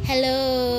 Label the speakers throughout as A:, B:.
A: Halo,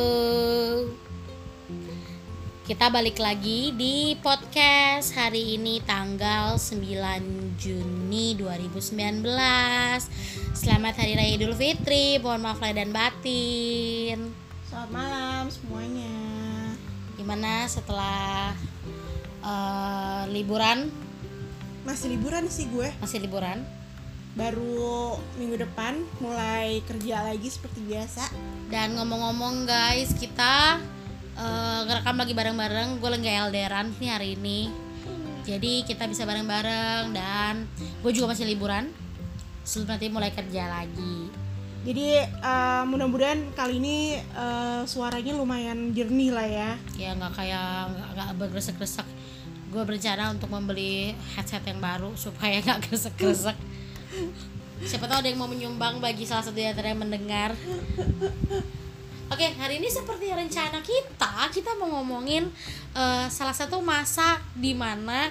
A: kita balik lagi di podcast hari ini tanggal 9 Juni 2019. Selamat Hari Raya Idul Fitri, mohon maaf lahir dan batin.
B: Selamat malam semuanya.
A: Gimana setelah liburan?
B: Masih liburan sih gue.
A: Masih liburan?
B: Baru minggu depan mulai kerja lagi seperti biasa.
A: Dan ngomong-ngomong guys, kita ngerekam lagi bareng-bareng. Gue lagi LDRan nih hari ini, jadi kita bisa bareng-bareng. Dan gue juga masih liburan sebelum nanti mulai kerja lagi.
B: Jadi mudah-mudahan kali ini suaranya lumayan jernih lah ya.
A: Ya nggak bergresek-gresek. Gue berencana untuk membeli headset yang baru supaya nggak gresek-gresek. Siapa tahu ada yang mau menyumbang bagi salah satu di antara yang mendengar. Oke, hari ini seperti rencana kita mau ngomongin salah satu masa di mana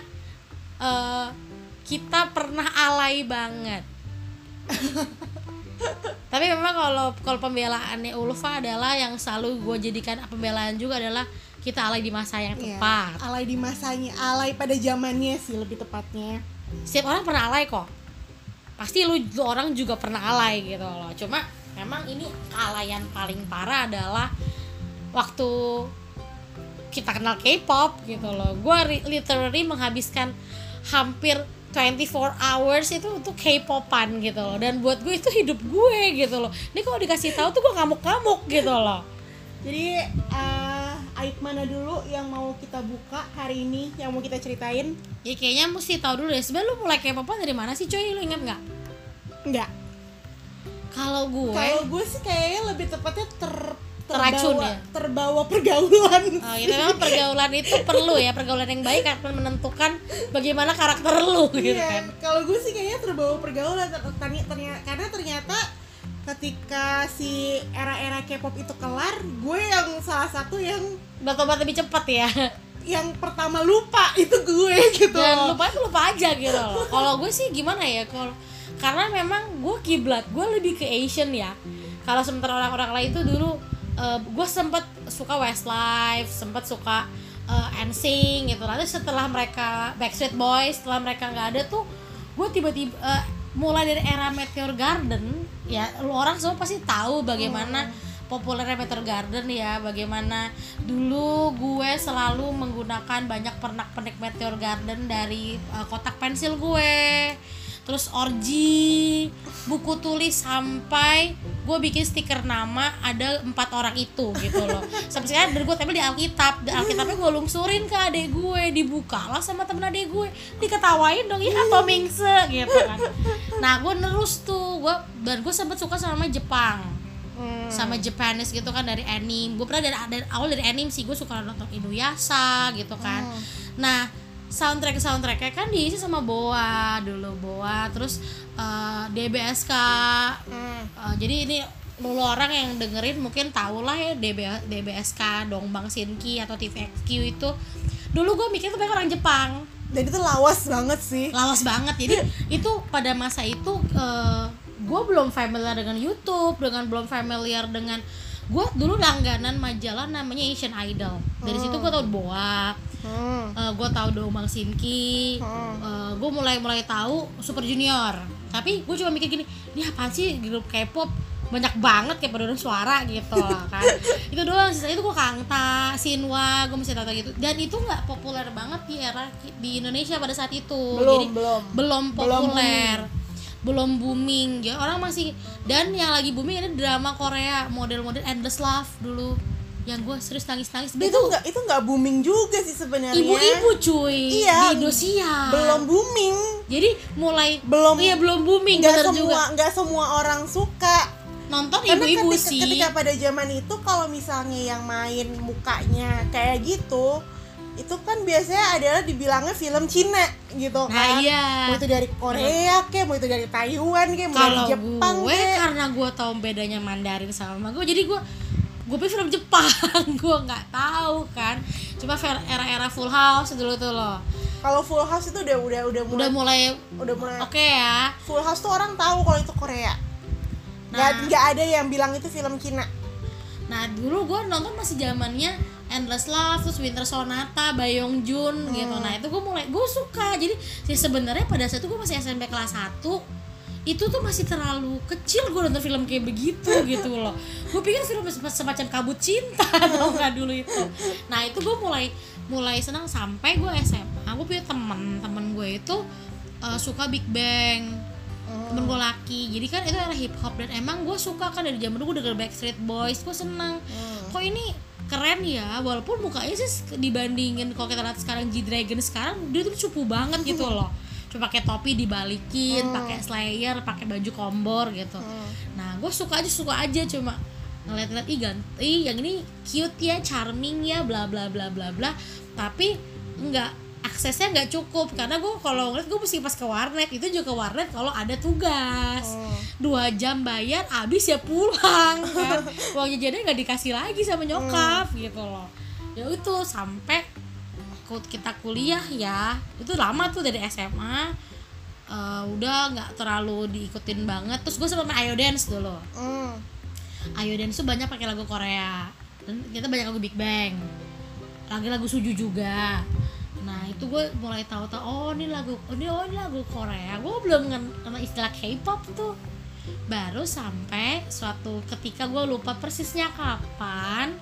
A: kita pernah alay banget. Tapi memang kalau pembelaannya Ulfa adalah yang selalu gue jadikan pembelaan juga adalah kita alay di masa yang tepat.
B: Ya, alay di masanya, alay pada zamannya sih lebih tepatnya.
A: Setiap orang pernah alay kok. Pasti lu orang juga pernah alay gitu loh. Cuma memang ini kealayan paling parah adalah waktu kita kenal K-pop gitu loh. Gue literally menghabiskan hampir 24 hours itu untuk K-popan gitu loh. Dan buat gue itu hidup gue gitu loh. Ini kalau dikasih tahu tuh gue ngamuk-ngamuk gitu loh.
B: Jadi aib mana dulu yang mau kita buka hari ini, yang mau kita ceritain?
A: Ya kayaknya mesti tahu dulu deh. Sebenarnya lu mulai K-popan dari mana sih coy? Lu ingat nggak?
B: Enggak.
A: Kalau
B: gue sih kayaknya lebih tepatnya
A: terracun ya?
B: Terbawa pergaulan.
A: Oh, itu memang pergaulan itu perlu ya. Pergaulan yang baik akan menentukan bagaimana karakter lu gitu kan.
B: Kalau gue sih kayaknya terbawa pergaulan karena ternyata ketika si era-era K-pop itu kelar, gue yang salah satu yang
A: Bertobat lebih cepat ya.
B: Yang pertama lupa itu gue gitu.
A: Dan lupa aja gitu loh. Kalau gue sih gimana ya? Karena memang gue kiblat gue lebih ke Asian ya. Kalau sementara orang-orang lain itu dulu gue sempet suka Westlife, sempet suka NSYNC gitu. Lalu setelah mereka Backstreet Boys, setelah mereka nggak ada tuh, gue tiba-tiba mulai dari era Meteor Garden ya. Lu orang semua pasti tahu bagaimana populernya Meteor Garden ya, bagaimana dulu gue selalu menggunakan banyak pernak-pernik Meteor Garden dari kotak pensil gue, terus orji, buku tulis, sampai gue bikin stiker nama ada 4 orang itu gitu loh. Sampai sekarang dari gue tempel di Alkitab, dan Alkitabnya gue lungsurin ke adek gue, dibukalah sama temen adek gue, diketawain dong, ya atau mingse gitu kan. Nah gue nerus tuh, gue sempet suka sama Jepang, sama Japanese gitu kan, dari anime. Gue pernah dari awal dari anime sih, gue suka nonton Inuyasha gitu kan. Nah soundtracknya kan diisi sama Boa terus DBSK. Jadi ini lu orang yang dengerin mungkin tau lah ya, DBSK, Dongbang Shinki atau TVXQ itu dulu gue mikir tuh mereka orang Jepang.
B: Dan itu lawas banget. Jadi
A: itu pada masa itu gue belum familiar dengan YouTube, belum familiar dengan, gue dulu langganan majalah namanya Asian Idol. Dari situ gue tau Boa, gue tau Dongbang Shinki, gue mulai tahu Super Junior. Tapi gue cuma mikir gini, ini apaan sih grup K-pop banyak banget kayak paduan suara gitu lah kan. Itu doang, sisanya itu gue Kangta, Shinhwa, gue mesti tahu gitu. Dan itu nggak populer banget di era di Indonesia pada saat itu. Belum populer, belum booming ya, orang masih. Dan yang lagi booming ini drama Korea, model-model Endless Love dulu, yang gue serius nangis.
B: Itu nggak booming juga sih sebenarnya.
A: Ibu-ibu cuy,
B: iya,
A: di Indosiar
B: belum booming.
A: Jadi belum booming.
B: Nggak semua orang suka
A: nonton
B: karena
A: ibu-ibu sih.
B: Ketika pada zaman itu kalau misalnya yang main mukanya kayak gitu, itu kan biasanya adalah dibilangnya film Cina gitu kan.
A: Nah iya,
B: mau itu dari Korea kek, mau itu dari Taiwan kek, mau dari Jepang kek.
A: Kalau gue karena gue tahu bedanya Mandarin sama gue, jadi gue pikir film Jepang. Gue nggak tahu kan. Cuma era Full House dulu tuh loh.
B: Kalau Full House itu udah mulai
A: oke ya.
B: Full House tuh orang tahu kalau itu Korea. Nggak ada yang bilang itu film Cina.
A: Nah dulu gue nonton masih zamannya Endless Love, terus Winter Sonata, Baekhyun gitu. Nah itu gue suka. Jadi sebenarnya pada saat itu gue masih SMP kelas 1, itu tuh masih terlalu kecil gue nonton film kayak begitu gitu loh. Gue pikir film semacam Kabut Cinta tau gak dulu itu. Nah itu gue mulai senang sampai gue SMA. Gue punya temen gue itu suka Big Bang, temen gue laki. Jadi kan itu era hip hop dan emang gue suka kan dari zaman dulu gue denger Backstreet Boys. Gue seneng kok ini keren ya, walaupun mukanya sih dibandingin kalau kita lihat sekarang G-Dragon sekarang dia tuh cupu banget gitu loh. Cuma pakai topi dibalikin, pakai slayer, pakai baju kombor gitu. Nah gue suka aja cuma ngeliat-ngeliat yang ini cute ya, charming ya, bla bla bla bla bla. Tapi aksesnya nggak cukup karena gue kalau ngeliat gue mesti pas ke warnet, itu juga ke warnet kalau ada tugas 2 jam bayar abis ya pulang kan. Uangnya jadi nggak dikasih lagi sama nyokap gitu loh. Ya itu sampai kita kuliah ya, itu lama tuh dari SMA, udah nggak terlalu diikutin banget. Terus gue sempat main Ayo Dance dulu. Ayo Dance tuh banyak pakai lagu Korea dan kita banyak lagu Big Bang, lagu Suju juga. Nah itu gue mulai tahu ini lagu Korea. Gue belum kenal istilah K-pop tuh, baru sampai suatu ketika gue lupa persisnya kapan.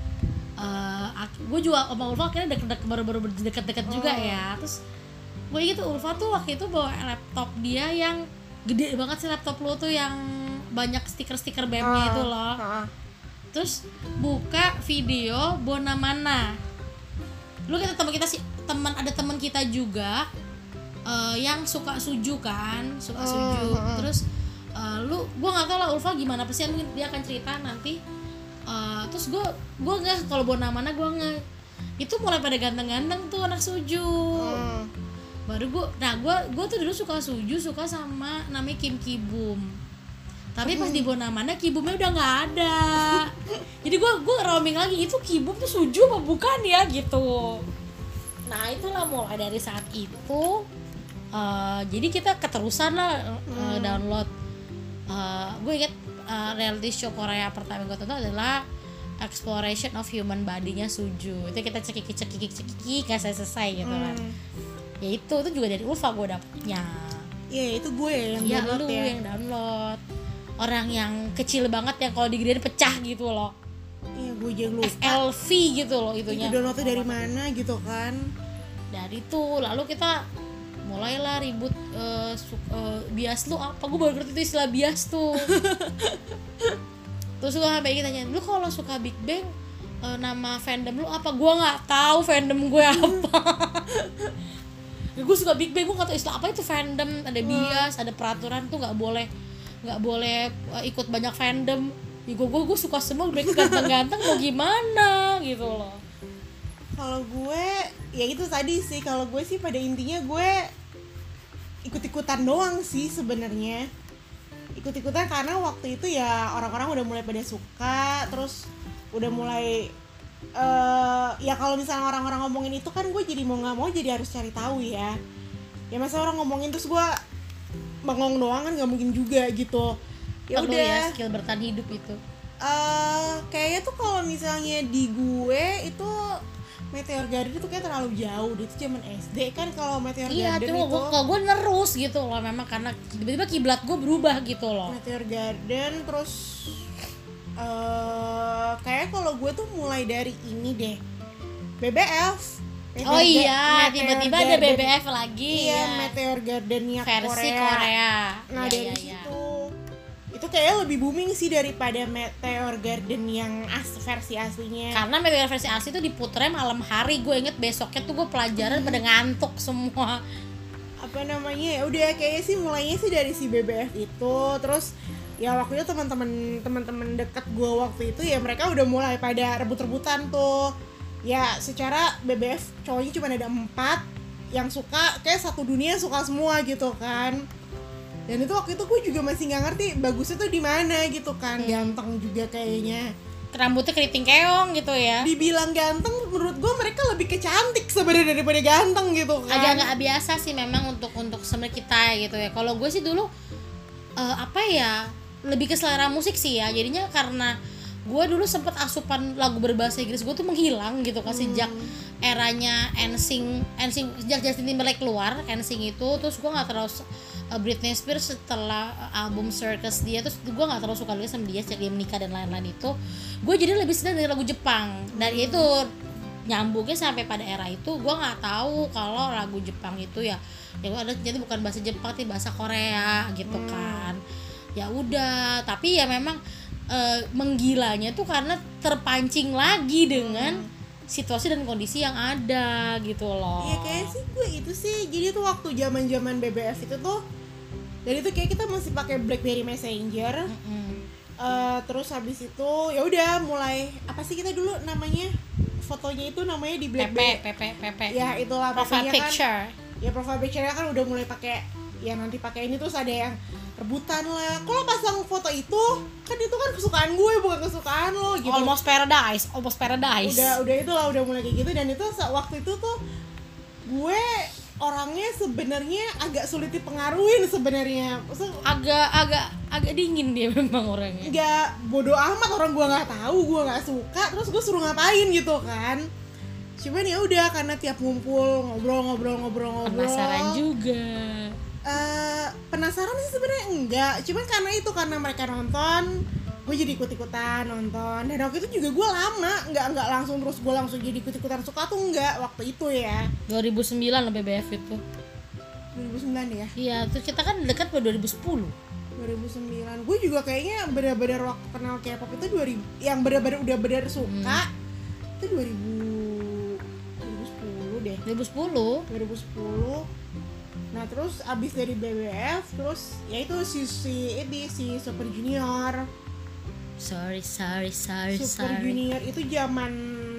A: Gue juga sama Ulfa akhirnya baru deket juga ya. Terus gue inget Ulfa tuh waktu itu bawa laptop dia yang gede banget sih, laptop lu tuh yang banyak stiker-stiker BEM-nya itu loh. Terus buka video Bonamana. Lu kita ada teman kita juga yang suka Suju kan, Suju. Terus gue nggak tahu lah Ulfa gimana persis, mungkin dia akan cerita nanti. Terus gue nggak, kalau Bonamana gue nggak, itu mulai pada ganteng-ganteng tuh anak Suju. Baru gue tuh dulu suka Suju, suka sama namanya Kim Ki-bum. Tapi pas di Bonamana Ki-bumnya udah nggak ada. Jadi gue roaming lagi, itu Ki-bum tuh Suju apa bukan ya gitu. Nah itulah mulai dari saat itu jadi kita keterusan lah download. Gue inget reality show Korea pertama gue tonton adalah Exploration of Human Body-nya Suju. Itu kita cekiki gak selesai gitu kan. Ya itu juga dari Ulfa gue dapetnya. Iya itu gue yang download ya. Yang download. Orang yang kecil banget yang kalau digedein pecah gitu loh.
B: Iya gue juga lupa.
A: FLV gitu loh itunya.
B: Itu downloadnya dari mana gitu kan.
A: Dari itu lalu kita mulailah ribut bias lu apa, gue baru ngerti itu istilah bias tuh. Terus gue sampai tanya, lu kalau suka Big Bang nama fandom lu apa? Gue nggak tahu fandom gue apa. Ya, gue suka Big Bang, gue nggak tahu istilah apa itu fandom. Ada bias, ada peraturan tuh nggak boleh ikut banyak fandom. Ya, gue suka semua, mereka ganteng-ganteng mau gimana gitu loh.
B: Kalau gue ya itu tadi sih, kalau gue sih pada intinya gue ikut-ikutan doang sih sebenarnya. Ikut-ikutan karena waktu itu ya orang-orang udah mulai pada suka, terus udah mulai ya kalau misalnya orang-orang ngomongin itu kan gue jadi mau nggak mau jadi harus cari tahu ya. Ya masa orang ngomongin terus gue bengong doang kan nggak mungkin juga gitu. Ya udah ya,
A: skill bertahan hidup itu.
B: Kayaknya tuh kalau misalnya di gue itu Meteor Garden itu kayak terlalu jauh, dia itu zaman SD kan kalau Meteor Garden itu. Iya,
A: kalau gue nerus gitu loh, memang karena tiba-tiba kiblat gue berubah gitu loh.
B: Meteor Garden terus kayak kalau gue tuh mulai dari ini deh, BBF.
A: Tiba-tiba ada BBF lagi.
B: Iya, Meteor Garden-nya
A: versi Korea.
B: Nah dari situ itu kayaknya lebih booming sih daripada Meteor Garden yang versi aslinya.
A: Karena Meteor versi asli itu diputernya malam hari. Gue inget besoknya tuh gue pelajaran pada ngantuk semua.
B: Apa namanya? Ya udah kayaknya sih mulainya sih dari si BBF itu. Terus ya waktu itu teman-teman dekat gue waktu itu ya mereka udah mulai pada rebut-rebutan tuh. Ya secara BBF cowoknya cuma ada 4 yang suka, kayak satu dunia suka semua gitu kan. Dan itu waktu itu gue juga masih nggak ngerti bagusnya tuh di mana gitu kan. Ganteng juga kayaknya,
A: rambutnya keriting keong gitu ya.
B: Dibilang ganteng menurut gue mereka lebih ke cantik sebenarnya daripada ganteng gitu kan.
A: Agak nggak biasa sih memang untuk sebenarnya kita gitu ya. Kalau gue sih dulu lebih ke selera musik sih ya. Jadinya karena gue dulu sempet asupan lagu berbahasa Inggris gue tuh menghilang gitu kan sejak eranya NSYNC sejak Justin Timberlake keluar NSYNC itu, terus gue nggak terlalu Britney Spears setelah album Circus dia, terus gue nggak terlalu suka lagi sama dia sejak dia menikah dan lain-lain itu, gue jadi lebih senang dengan lagu Jepang dan itu nyambungnya sampai pada era itu gue nggak tahu kalau lagu Jepang itu ya ada jadi bukan bahasa Jepang tapi bahasa Korea gitu kan. Ya udah, tapi ya memang menggilanya tuh karena terpancing lagi dengan situasi dan kondisi yang ada gitu loh.
B: Iya kayak sih gue itu sih, jadi tuh waktu zaman BBF itu tuh, dari itu kayak kita masih pakai BlackBerry Messenger. Terus habis itu ya udah mulai apa sih kita dulu namanya fotonya itu namanya di BlackBerry
A: PP
B: ya itulah
A: profile picture
B: kan, ya profile picture kan udah mulai pakai ya nanti pakai ini, terus ada yang rebutan lah kalau pasang foto itu kan kesukaan gue bukan kesukaan lo gitu.
A: Almost paradise
B: udah itulah udah mulai kayak gitu. Dan itu waktu itu tuh gue orangnya sebenarnya agak sulit dipengaruhin sebenarnya, agak
A: dingin dia memang orangnya.
B: Nggak bodoh amat, orang gue nggak tahu, gue nggak suka, terus gue suruh ngapain gitu kan. Cuman ya udah karena tiap ngumpul ngobrol.
A: Penasaran juga.
B: Penasaran sih sebenarnya enggak, cuman karena mereka nonton, gue jadi ikut-ikutan nonton. Dan waktu itu juga gue lama nggak langsung jadi ikut-ikutan suka tuh enggak waktu itu ya.
A: 2009 lah BBF itu.
B: 2009 ya?
A: Iya, terus kita kan dekat pada 2010.
B: 2009. Gue juga kayaknya benar-benar waktu kenal K-pop itu 2000, yang benar-benar udah benar suka itu 2010 deh. 2010. Nah terus abis dari BBF terus ya itu si Super Junior.
A: Sorry.
B: Super Junior itu zaman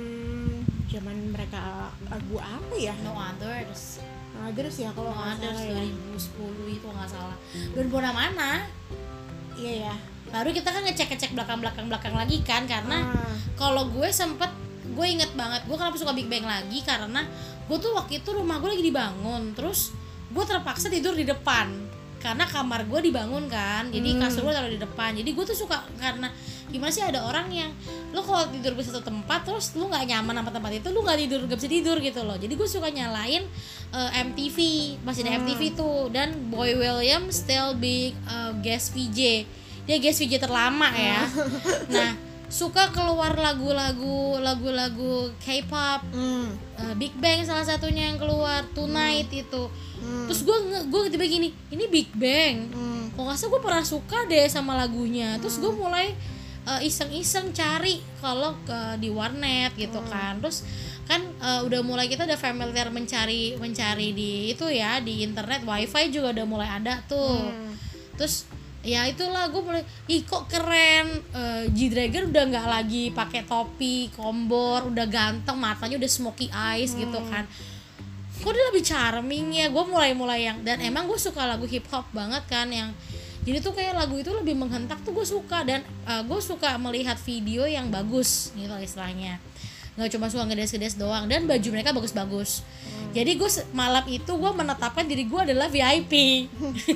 B: mereka lagu apa ya?
A: No Others
B: Ya kalau
A: No Others
B: ya.
A: 2010 itu nggak salah. 2000 mana?
B: Iya ya.
A: Baru kita kan ngecek belakang lagi kan, karena kalau gue inget banget gue kenapa suka Big Bang lagi, karena gue tuh waktu itu rumah gue lagi dibangun, terus gue terpaksa tidur di depan karena kamar gue dibangun kan, jadi kasur gue taruh di depan. Jadi gue tuh suka, karena gimana sih ada orang yang lo kalau tidur di satu tempat terus lo nggak nyaman sama tempat itu, lo nggak bisa tidur gitu loh. Jadi gue suka nyalain MTV, masih ada MTV tuh, dan Boy William still big guest VJ, dia guest VJ terlama ya. Nah suka keluar lagu-lagu K-pop, Big Bang salah satunya yang keluar Tonight itu. Terus gue tiba-tiba gini, ini Big Bang, kok nggak salah gue pernah suka deh sama lagunya. Terus gue mulai iseng-iseng cari kalau di warnet gitu kan. Terus kan udah mulai kita udah familiar mencari di itu ya, di internet, wifi juga udah mulai ada tuh. Terus ya itulah gue mulai, ih kok keren, G-Dragon udah nggak lagi pakai topi kombor, udah ganteng, matanya udah smoky eyes gitu kan, kok dia lebih charming ya. Gue mulai yang, dan emang gue suka lagu hip hop banget kan, yang jadi tuh kayak lagu itu lebih menghentak tuh gue suka. Dan gue suka melihat video yang bagus gitu istilahnya, nggak cuma suka ngedes doang, dan baju mereka bagus-bagus. Jadi gue malam itu gue menetapkan diri gue adalah VIP.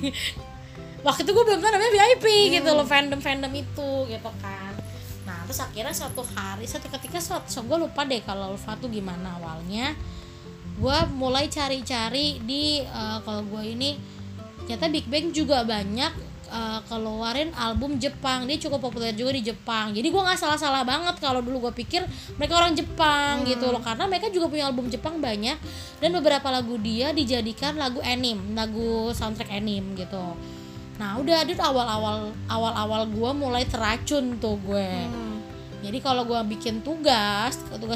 A: Waktu itu gue belum tahu namanya VIP gitu loh, fandom itu gitu kan. Nah terus akhirnya suatu ketika gue lupa deh kalau Ulfa tuh gimana awalnya. Gue mulai cari di kalau gue ini ternyata Big Bang juga banyak keluarin album Jepang, dia cukup populer juga di Jepang. Jadi gue nggak salah banget kalau dulu gue pikir mereka orang Jepang gitu loh, karena mereka juga punya album Jepang banyak, dan beberapa lagu dia dijadikan lagu soundtrack anime gitu. Nah udah itu awal gue mulai teracun tuh gue. Jadi kalau gue bikin tugas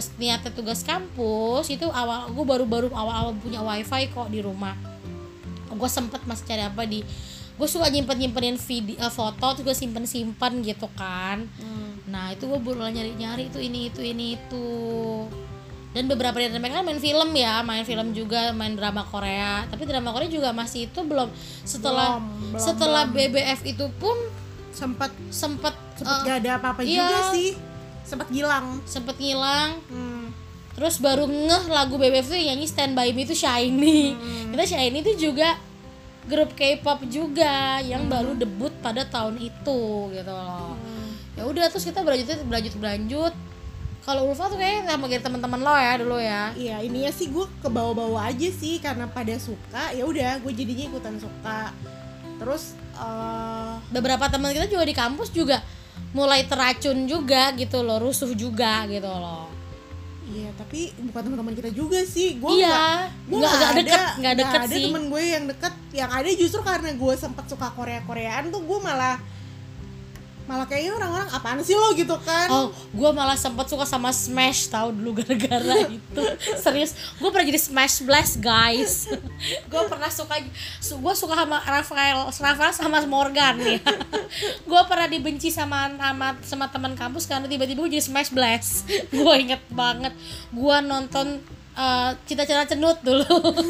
A: kampus itu gue baru awal punya wifi kok di rumah. Gue sempet masih cari apa gue suka nyimpenin video foto, terus gue simpen gitu kan. Nah itu gue mulai nyari itu ini itu. Dan beberapa dari mereka main film juga, main drama Korea. Tapi drama Korea juga masih itu belum setelah BBF itu pun
B: sempat gak ada apa-apa juga sih, sempat ngilang.
A: Terus baru ngeh lagu BBF itu nyanyi Stand By Me itu SHINee. Kita SHINee itu juga grup K-pop juga yang baru debut pada tahun itu gitu loh. Ya udah terus kita berlanjut. Kalau Ulfa tuh kayaknya sama kayak teman-teman lo ya dulu ya.
B: Iya, ininya sih gue ke bawah-bawah aja sih karena pada suka, ya udah gue jadinya ikutan suka. Terus
A: Beberapa teman kita juga di kampus juga mulai teracun juga gitu loh, rusuh juga gitu loh.
B: iya, tapi bukan teman-teman kita juga sih. Gue
A: Iya, nggak deket
B: ada
A: sih.
B: temen gue yang deket. Yang ada justru karena gue sempat suka Koreaan tuh gue malah kayaknya orang-orang apaan sih lo gitu kan.
A: Oh, gue malah sempat suka sama Smash tahu dulu gara-gara itu. Serius, gue pernah jadi Smash Blast guys. Gue pernah gue suka sama Rafael sama Morgan ya. Gue pernah dibenci sama teman kampus karena tiba-tiba gue jadi Smash Blast. Gue inget banget, gue nonton Cita-Cita Cenut dulu.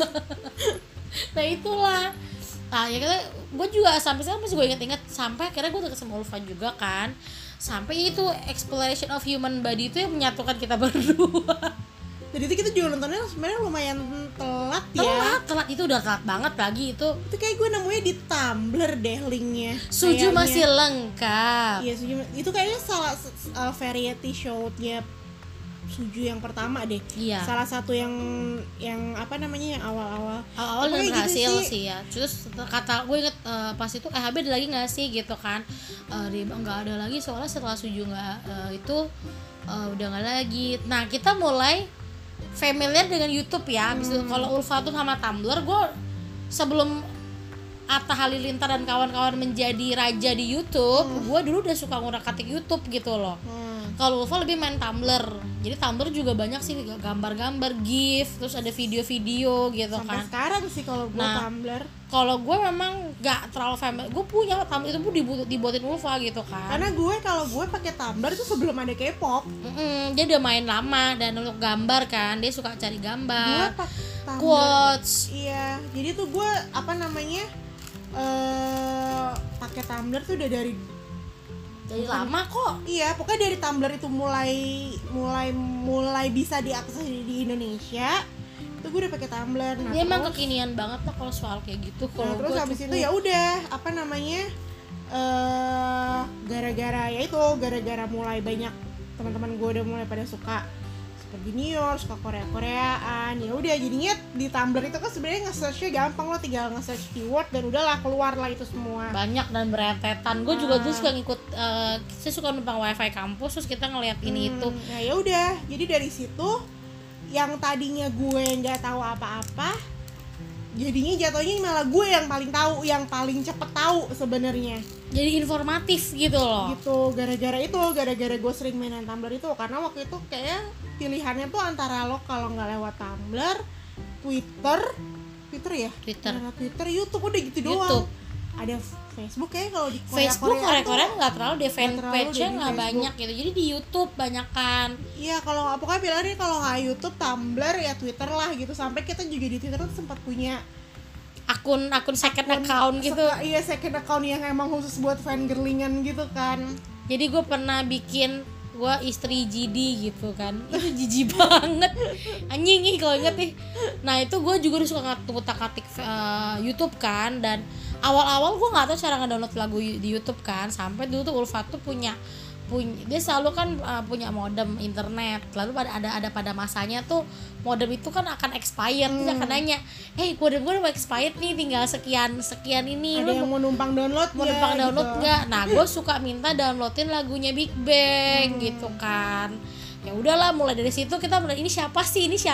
A: Nah itulah. Nah ya gue juga sampai sekarang masih gue inget-inget, sampai akhirnya gue deket sama Ulfa juga kan, sampai itu Exploration of Human Body itu yang menyatukan kita berdua.
B: Jadi itu kita juga nontonnya sebenarnya lumayan telat ya.
A: Telat itu udah telat banget lagi itu.
B: Itu kayak gue nemunya di Tumblr deh linknya.
A: Suju
B: Kayaknya.
A: masih lengkap.
B: Iya, Suju itu kayaknya salah variety show-nya Suju yang pertama deh.
A: Iya.
B: Salah satu yang apa namanya yang awal-awal.
A: Awal
B: Pokoknya
A: dan
B: gitu
A: berhasil sih ya. Terus kata gue inget pas itu HB ada lagi nggak sih gitu kan? Dia bilang nggak ada lagi soalnya setelah Suju nggak itu udah nggak lagi. Nah kita mulai familiar dengan YouTube ya. Abis itu kalau Ulfa tuh sama Tumblr, gue sebelum Atta Halilintar dan kawan-kawan menjadi raja di YouTube, gue dulu udah suka ngurak-atik YouTube gitu loh. Kalau Ulfa lebih main Tumblr. Jadi Tumblr juga banyak sih gambar-gambar, GIF, terus ada video-video gitu
B: Sampai
A: kan.
B: sekarang sih kalau gue Tumblr.
A: Kalau gue memang gak terlalu familiar. Gue punya Tumblr itu pun dibuatin Ulfa gitu kan.
B: Karena kalau gue pakai Tumblr itu sebelum ada K-pop.
A: Dia udah main lama dan untuk gambar kan, dia suka cari
B: Gue
A: gambar,
B: pakai Tumblr.
A: quotes.
B: Iya, jadi tuh gue pakai Tumblr tuh udah dari
A: lama kok.
B: Iya, pokoknya dari Tumblr itu mulai bisa diakses di Indonesia. Itu gue udah pakai Tumblr. Nah,
A: Dia emang kekinian banget lah kalau soal kayak gitu. Kalau
B: terus habis itu ya udah gara-gara mulai banyak teman-teman gue udah mulai pada suka seperti junior, suka Koreaan. Ya udah jadinya di Tumblr itu kan sebenarnya nge-search-nya gampang, lo tinggal nge-search keyword dan udahlah keluar lah itu semua.
A: Banyak dan berentetan. Gue juga dulu suka ngikut saya suka numpang wifi kampus terus kita ngeliat ini itu.
B: Nah ya udah, jadi dari situ yang tadinya gue nggak tahu apa-apa, jadinya jatuhnya malah gue yang paling tahu, yang paling cepet tahu sebenarnya.
A: Jadi informatif gitu loh.
B: Gitu, gara-gara gue sering mainan Tumblr itu, karena waktu itu kayak pilihannya tuh antara lo kalau nggak lewat Tumblr, Twitter ya, Twitter, YouTube, udah gitu doang. Ada Facebook ya kalau di
A: Korea nggak terlalu deh, fanpage-nya nggak banyak gitu, jadi di YouTube banyakan.
B: Iya, kalau pokoknya pilihannya kalau nggak YouTube, Tumblr ya Twitter lah gitu. Sampai kita juga di Twitter tuh sempat punya
A: akun second account gitu.
B: Iya, second account yang emang khusus buat fangirlingan gitu kan.
A: Jadi gue pernah bikin gue istri GD gitu kan, itu jijik banget anjing nih kalau inget nih. Nah itu gue juga suka ngutak-atik YouTube kan, dan awal-awal gue nggak tahu cara ngedownload lagu di YouTube kan, sampai dulu tuh Ulfa tuh punya dia selalu kan punya modem internet, lalu ada pada masanya tuh modem itu kan akan expired. Dia akan nanya, modem gue udah mau expired nih, tinggal sekian ini,
B: ada yang mau numpang download
A: nggak? Nah gue suka minta downloadin lagunya Big Bang gitu kan. Ya udahlah, mulai dari situ kita mulai, ini siapa sih itu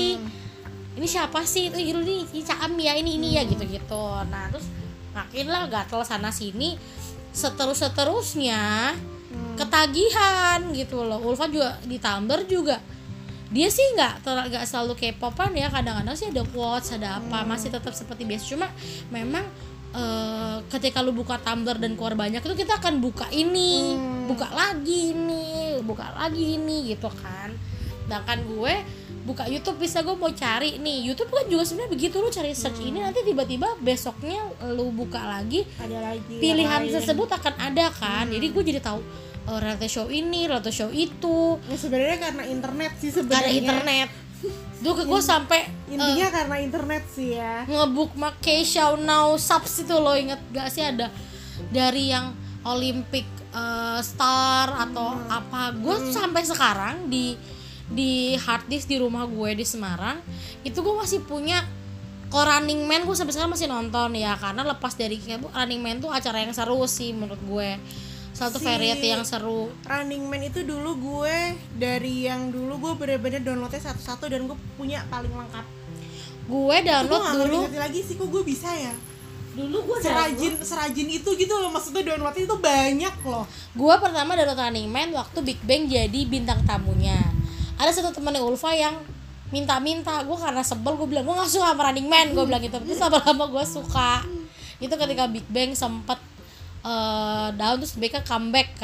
A: ini Caam ya, ini ya gitu. Nah terus makin lah gatel sana sini, seterusnya ketagihan gitu loh. Ulfa juga di Tumblr juga, dia sih nggak selalu K-popan ya, kadang-kadang sih ada quotes, ada apa, masih tetap seperti biasa. Cuma memang ketika lu buka Tumblr dan keluar banyak itu, kita akan buka ini, buka lagi ini gitu kan. Sedangkan gue buka YouTube, bisa gue mau cari nih, YouTube kan juga sebenarnya begitu, lu cari search ini, nanti tiba-tiba besoknya lu buka lagi, ada lagi pilihan tersebut akan ada kan. Jadi gue jadi tahu reality show ini, reality show itu.
B: Ya sebenarnya karena internet sih sebenarnya.
A: Karena internet. Duh, gue sampai
B: intinya karena internet sih ya.
A: Ngebookmark K-Show Now subs itu lo inget gak sih, ada dari yang Olympic star atau apa. Gue sampai sekarang di hard disk di rumah gue di Semarang itu gue masih punya Running Man. Gue sampai sekarang masih nonton ya, karena lepas dari Running Man tuh acara yang seru sih menurut gue, satu variety yang seru.
B: Running Man itu dulu gue dari yang dulu gue bener-bener downloadnya satu-satu dan gue punya paling lengkap.
A: Gue download dulu
B: lagi sih kok gue bisa ya.
A: Dulu gue
B: serajin itu gitu loh, maksudnya downloadnya itu banyak loh.
A: Gue pertama download Running Man waktu Big Bang jadi bintang tamunya. Ada satu temennya Ulfa yang minta-minta, gue karena sebel gue bilang gue nggak suka sama Running Man, gue bilang gitu. Terus lama-lama gue suka. Itu ketika Big Bang sempet down, terus mereka comeback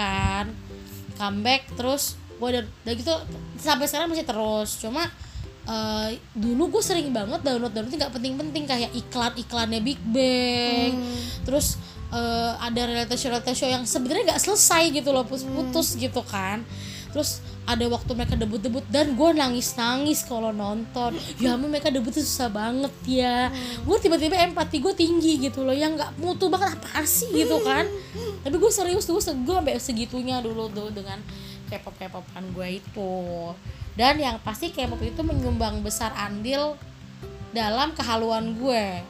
A: terus gue udah gitu sampai sekarang masih terus. Cuma dulu gue sering banget download nggak penting-penting kayak iklannya Big Bang. Terus ada reality show yang sebenarnya nggak selesai gitu loh, putus gitu kan. Terus ada waktu mereka debut dan gue nangis kalau nonton. Ya ampun, mereka debut tuh susah banget ya. Gue tiba-tiba empati gue tinggi gitu loh, yang nggak mutu banget apaan sih gitu kan. Tapi gue serius gue sampai segitunya dulu tuh dengan K-pop-K-popan gue itu. Dan yang pasti K-pop itu menyumbang besar andil dalam kehaluan gue.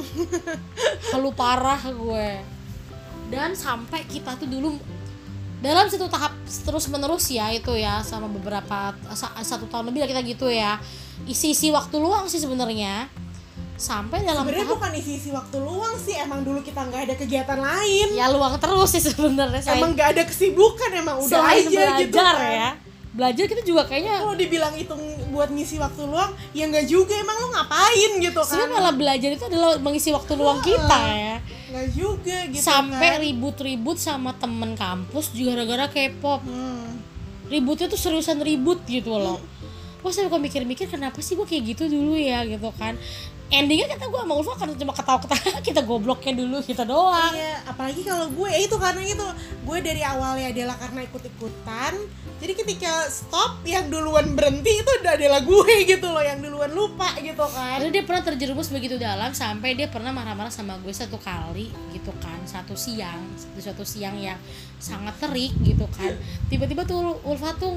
A: Halu parah gue. Dan sampai kita tuh dulu dalam satu tahap terus menerus ya itu ya, sama beberapa 1 tahun lebih lah kita gitu ya, isi waktu luang sih sebenarnya. Sampai dalam
B: sebenarnya
A: tahap
B: bukan isi waktu luang sih, emang dulu kita nggak ada kegiatan lain
A: ya, luang terus sih sebenarnya.
B: Emang nggak ada kesibukan, emang udah
A: selain
B: aja
A: belajar
B: gitu kan.
A: ya, belajar kita juga kayaknya
B: kalau dibilang itu buat ngisi waktu luang ya nggak juga, emang lu ngapain gitu kan.
A: sebenarnya malah belajar itu adalah mengisi waktu luang kita ya.
B: Nggak juga gitu.
A: Sampai
B: kan
A: ribut sama temen kampus juga gara-gara K-pop. Ributnya tuh seriusan ribut gitu loh. Wah, saya kok mikir-mikir kenapa sih gue kayak gitu dulu ya gitu kan. Endingnya kata gue sama Ulfa karena cuma ketawa-ketawa, kita gobloknya dulu kita doang.
B: Iya, apalagi kalau gue ya itu karena itu gue dari awalnya adalah karena ikut-ikutan. Jadi ketika stop yang duluan berhenti itu udah adalah gue gitu loh, yang duluan lupa gitu kan.
A: Lalu dia pernah terjerumus begitu dalam sampai dia pernah marah-marah sama gue satu kali gitu kan, suatu siang yang sangat terik gitu kan. Tiba-tiba tuh Ulfa tuh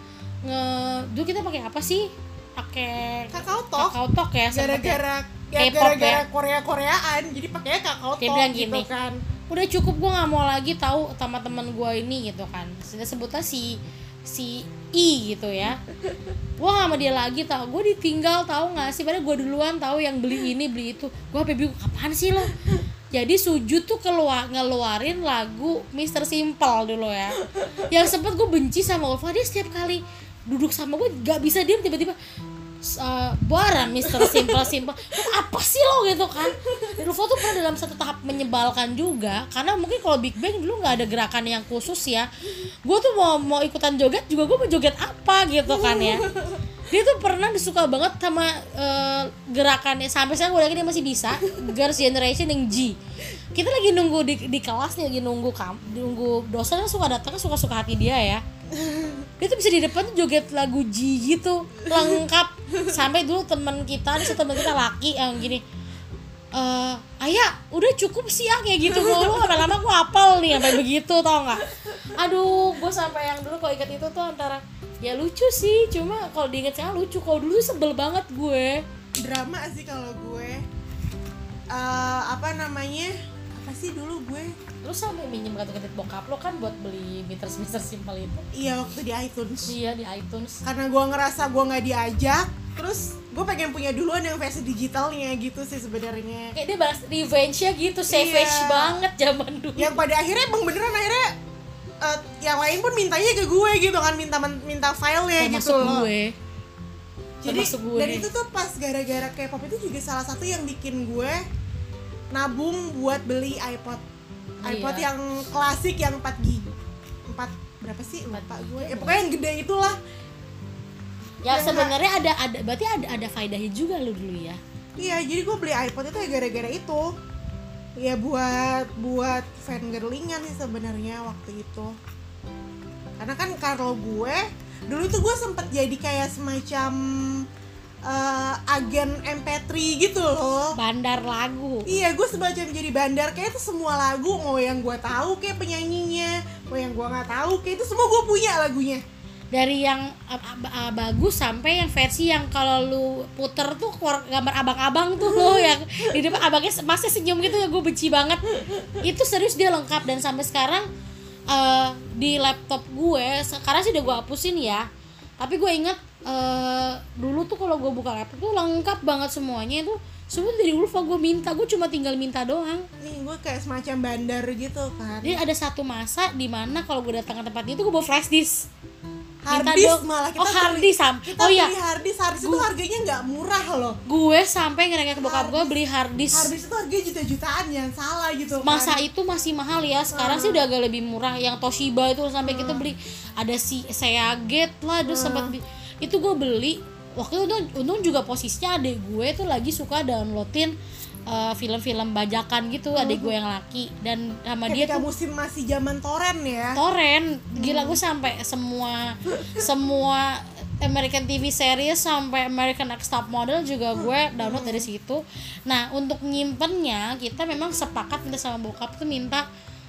A: dulu kita pakai apa sih? Pakai
B: Kakao Talk
A: ya,
B: gara-gara Koreaan, jadi pakainya Kakao Talk gitu kan.
A: Udah cukup, gue nggak mau lagi tahu sama teman gue ini gitu kan. Kita sebutnya si I gitu ya. Gue nggak sama dia lagi, tau gue ditinggal, tahu nggak sih, padahal gue duluan tahu yang beli ini beli itu. Gue sampai bingung, apaan sih lo? Jadi Suju tuh ngeluarin lagu Mr. Simple dulu ya, yang sempet gue benci sama Ulfa. Dia setiap kali duduk sama gue gak bisa diam, tiba-tiba Buara Mr. Simple apa sih lo gitu kan. Ulfa tuh pernah dalam satu tahap menyebalkan juga, karena mungkin kalau Big Bang dulu gak ada gerakan yang khusus ya. Gue tuh mau ikutan joget juga, gue mau joget apa gitu kan ya. Dia tuh pernah suka banget sama gerakannya, sampai sekarang gue yakin dia masih bisa, Girls' Generation yang G. Kita lagi nunggu di kelas nih, lagi nunggu dosen yang suka datang, suka hati dia ya. Dia tuh bisa di depan tuh joget lagu G gitu, lengkap. Sampai dulu teman kita laki yang gini, Ayah udah cukup sih ya kayak gitu. Gue lama-lama gue hafal nih sampai begitu, tau nggak? Aduh, gue sampai yang dulu kalau inget itu tuh antara ya lucu sih, cuma kalau diinget sekarang lucu. Kalau dulu sebel banget gue.
B: Drama sih kalau gue. Apa sih dulu gue?
A: Lu sampai minjem kartu-kartu bokap lo kan buat beli Mr. Simple itu?
B: Iya, waktu di iTunes.
A: Iya, di iTunes.
B: Karena gue ngerasa gue nggak diajak, terus gue pengen punya duluan yang versi digitalnya gitu sih sebenarnya.
A: Kayak dia balas revenge-nya gitu, savage banget zaman dulu.
B: Yang pada akhirnya emang beneran yang lain pun mintanya ke gue gitu kan, minta filenya gitu loh. Jadi dan itu tuh pas gara-gara K-pop itu juga salah satu yang bikin gue nabung buat beli iPod yang klasik yang 4 berapa sih? Lupa gue. Ya pokoknya yang gede itulah.
A: Ya sebenarnya berarti ada faedahnya juga lu dulu ya.
B: Iya, jadi gue beli iPod itu ya gara-gara itu. Ya buat fangirlingan sih sebenarnya waktu itu. Karena kan kalau gue dulu tuh gue sempet jadi kayak semacam agen MP3 gitu loh.
A: Bandar lagu.
B: Iya, gue semacam jadi bandar, kayak itu semua lagu, mau yang gue tahu kayak penyanyinya, mau yang gue nggak tahu kayak itu semua gue punya lagunya.
A: Dari yang bagus sampai yang versi yang kalau lu puter tuh keluar gambar abang-abang tuh loh, yang di depan abangnya masih senyum gitu ya, gue benci banget. Itu serius dia lengkap, dan sampai sekarang di laptop gue sekarang sih udah gue hapusin ya, tapi gue inget dulu tuh kalau gue buka laptop tuh lengkap banget semuanya, itu semua dari Ulfa gue minta, gue cuma tinggal minta doang.
B: Nih gue kayak semacam bandar gitu kan.
A: Jadi ada satu masa dimana kalau gue datang ke tempat itu gue bawa flash disk.
B: Harddisk malah kita
A: harddisk
B: beli harddisk itu harganya nggak murah loh.
A: Gue sampai ngerengek ke bokap gue beli harddisk.
B: Harddisk itu harganya juta-jutaan, jangan salah gitu.
A: Masa itu masih mahal ya, sekarang sih udah agak lebih murah. Yang Toshiba itu sampai kita beli, ada si Seagate lah, terus sempat itu gue beli. Waktu itu untung juga posisinya adek gue tuh lagi suka downloadin film-film bajakan gitu, adek gue yang laki, dan sama dia
B: ketika
A: tuh
B: musim masih zaman torrent ya.
A: Torrent, gila gue sampai semua American TV series sampai American Next Top Model juga gue download dari situ. Nah, untuk nyimpennya kita memang sepakat minta sama bokap tuh minta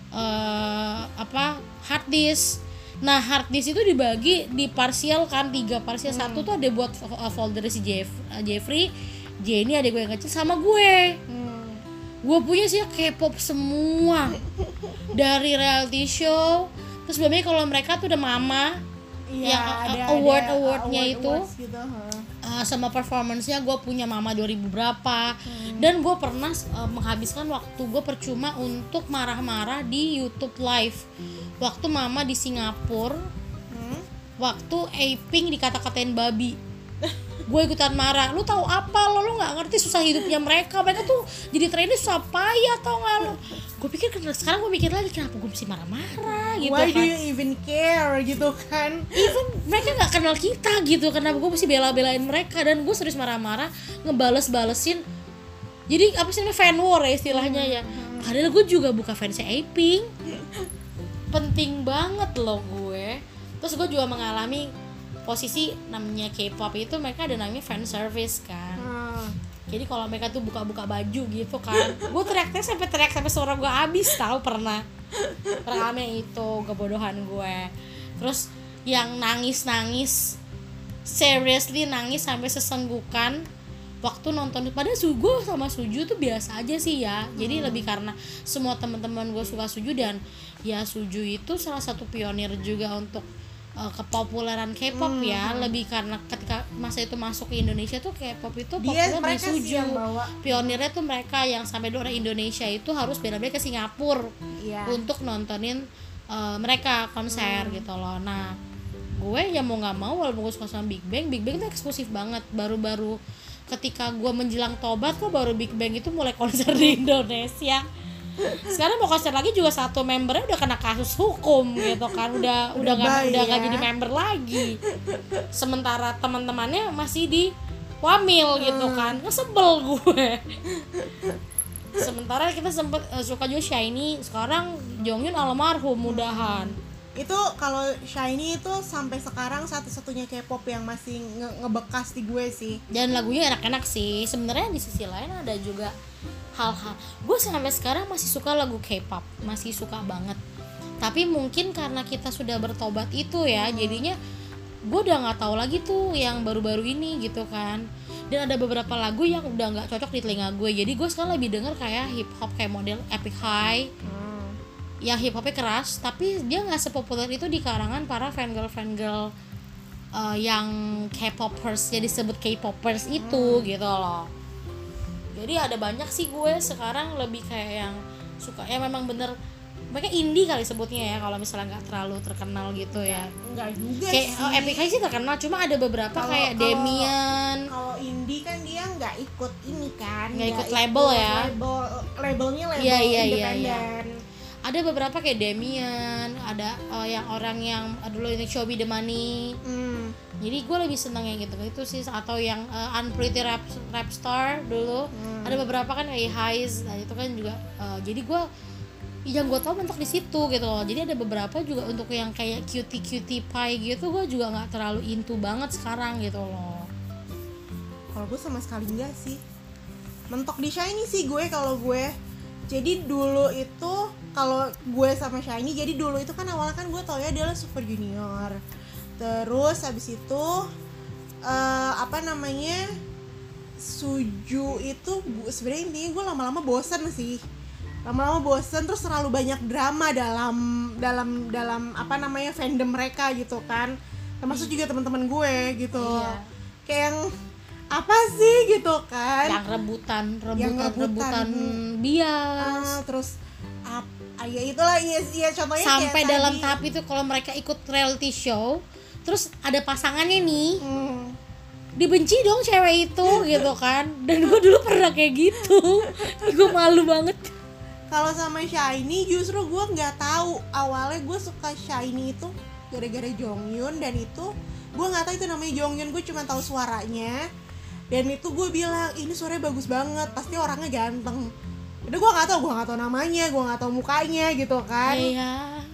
A: hard disk. Nah, hard disk itu dibagi di parsial kan, 3 parsial. Satu tuh ada buat folder si Jeffrey, Jenny adek gue yang kecil, sama gue. Gue punya sih K-pop semua, dari reality show. Terus sebenarnya kalau mereka tuh udah mama,
B: iya,
A: yang awardnya itu
B: gitu,
A: sama performance-nya gue punya mama 2000 berapa. Dan gue pernah menghabiskan waktu gue percuma untuk marah-marah di YouTube live waktu mama di Singapura, waktu Aping dikata-katain babi. Gue ikutan marah, lu tahu apa lu nggak ngerti susah hidupnya mereka tuh jadi trainee susah payah, tau nggak lu. Gue pikir sekarang gue mikir lagi, kenapa gue mesti marah-marah gitu.
B: Why
A: kan,
B: do you even care gitu kan.
A: even mereka nggak kenal kita gitu, kenapa gue mesti bela-belain mereka. Dan gue serius marah-marah, ngebales-balesin. Jadi apa sih namanya, fan war ya istilahnya ya. Padahal gue juga bukan fansnya Aping. Penting banget loh gue. Terus gue juga mengalami posisi namanya K-pop itu, mereka ada namanya fan service kan. Jadi kalau mereka tuh buka-buka baju gitu kan, gue teriak sampai suara gue habis, tahu pernah rame itu kebodohan gue. Terus yang nangis seriously nangis sampai sesenggukan waktu nonton. Padahal gue sama Suju tuh biasa aja sih ya. Jadi lebih karena semua teman-teman gue suka Suju, dan ya Suju itu salah satu pionir juga untuk kepopuleran K-pop ya. Lebih karena ketika masa itu masuk ke Indonesia tuh K-pop itu populer di Suju. Pionirnya tuh mereka yang sampai orang Indonesia itu harus bela-bela ke Singapura untuk nontonin mereka konser gitu loh. Nah, gue ya mau nggak mau, walaupun gue suka sama Big Bang itu eksklusif banget. Baru-baru ketika gue menjelang tobat kok baru Big Bang itu mulai konser di Indonesia. Sekarang mau konser lagi juga satu membernya udah kena kasus hukum gitu kan, udah nggak jadi member lagi, sementara teman-temannya masih di wamil gitu kan. Kesebel gue. Sementara kita sempet suka juga SHINee, sekarang Jonghyun almarhum, mudahan.
B: Itu kalau SHINee itu sampai sekarang satu-satunya K-pop yang masih ngebekas di gue sih.
A: Dan lagunya enak-enak sih. Sebenarnya di sisi lain ada juga hal-hal, gue sampai sekarang masih suka lagu K-pop, masih suka banget. Tapi mungkin karena kita sudah bertobat itu ya, jadinya gue udah nggak tahu lagi tuh yang baru-baru ini gitu kan. Dan ada beberapa lagu yang udah nggak cocok di telinga gue. Jadi gue sekarang lebih denger kayak hip hop kayak model Epic High, yang hip hopnya keras, tapi dia nggak sepopuler itu di karangan para fangirl yang K-popers, jadi disebut K-popers itu gitu loh. Jadi ada banyak sih gue sekarang lebih kayak yang suka ya memang bener mereka indie kali sebutnya ya, kalau misalnya nggak terlalu terkenal gitu ya.
B: Enggak juga
A: kayak,
B: sih.
A: Epic High sih terkenal, cuma ada beberapa kayak Demian.
B: Kalau indie kan dia nggak ikut ini kan,
A: nggak ikut label ya.
B: Labelnya label
A: independen.
B: Iya.
A: Ada beberapa kayak Demian, ada yang orang yang dulu ini Shobi The Money. Jadi gue lebih seneng yang gitu sih, atau yang Unpretty Rap Star dulu. Ada beberapa kan kayak Highs, nah itu kan juga. Jadi gue yang gue tau mentok di situ gitu loh. Jadi ada beberapa juga untuk yang kayak cutie pie gitu, gue juga nggak terlalu into banget sekarang gitu loh.
B: Kalau gue sama sekali enggak sih. Mentok di Shiny sih gue kalau gue. Jadi dulu itu kalau gue sama Shiny, jadi dulu itu kan awalnya kan gue tau ya adalah Super Junior. Terus habis itu Suju itu sebenarnya intinya gue lama-lama bosen sih. Terus terlalu banyak drama dalam fandom mereka gitu kan. Termasuk juga teman-teman gue gitu.
A: Iya.
B: Kayak yang apa sih gitu kan.
A: Yang rebutan bias.
B: Terus ya itulah ya contohnya
A: sampai
B: kayak
A: dalam
B: tadi.
A: tahap itu kalau mereka ikut reality show terus ada pasangannya nih. Dibenci dong cewek itu gitu kan. Dan gue dulu pernah kayak gitu. Gue malu banget.
B: Kalau sama Shiny justru gue nggak tahu, awalnya gue suka Shiny itu gara-gara Jonghyun, dan itu gue nggak tahu itu namanya Jonghyun, gue cuma tahu suaranya. Dan itu gue bilang ini suaranya bagus banget, pasti orangnya ganteng. Udah gue nggak tahu namanya, gue nggak tahu mukanya gitu kan.
A: Iya,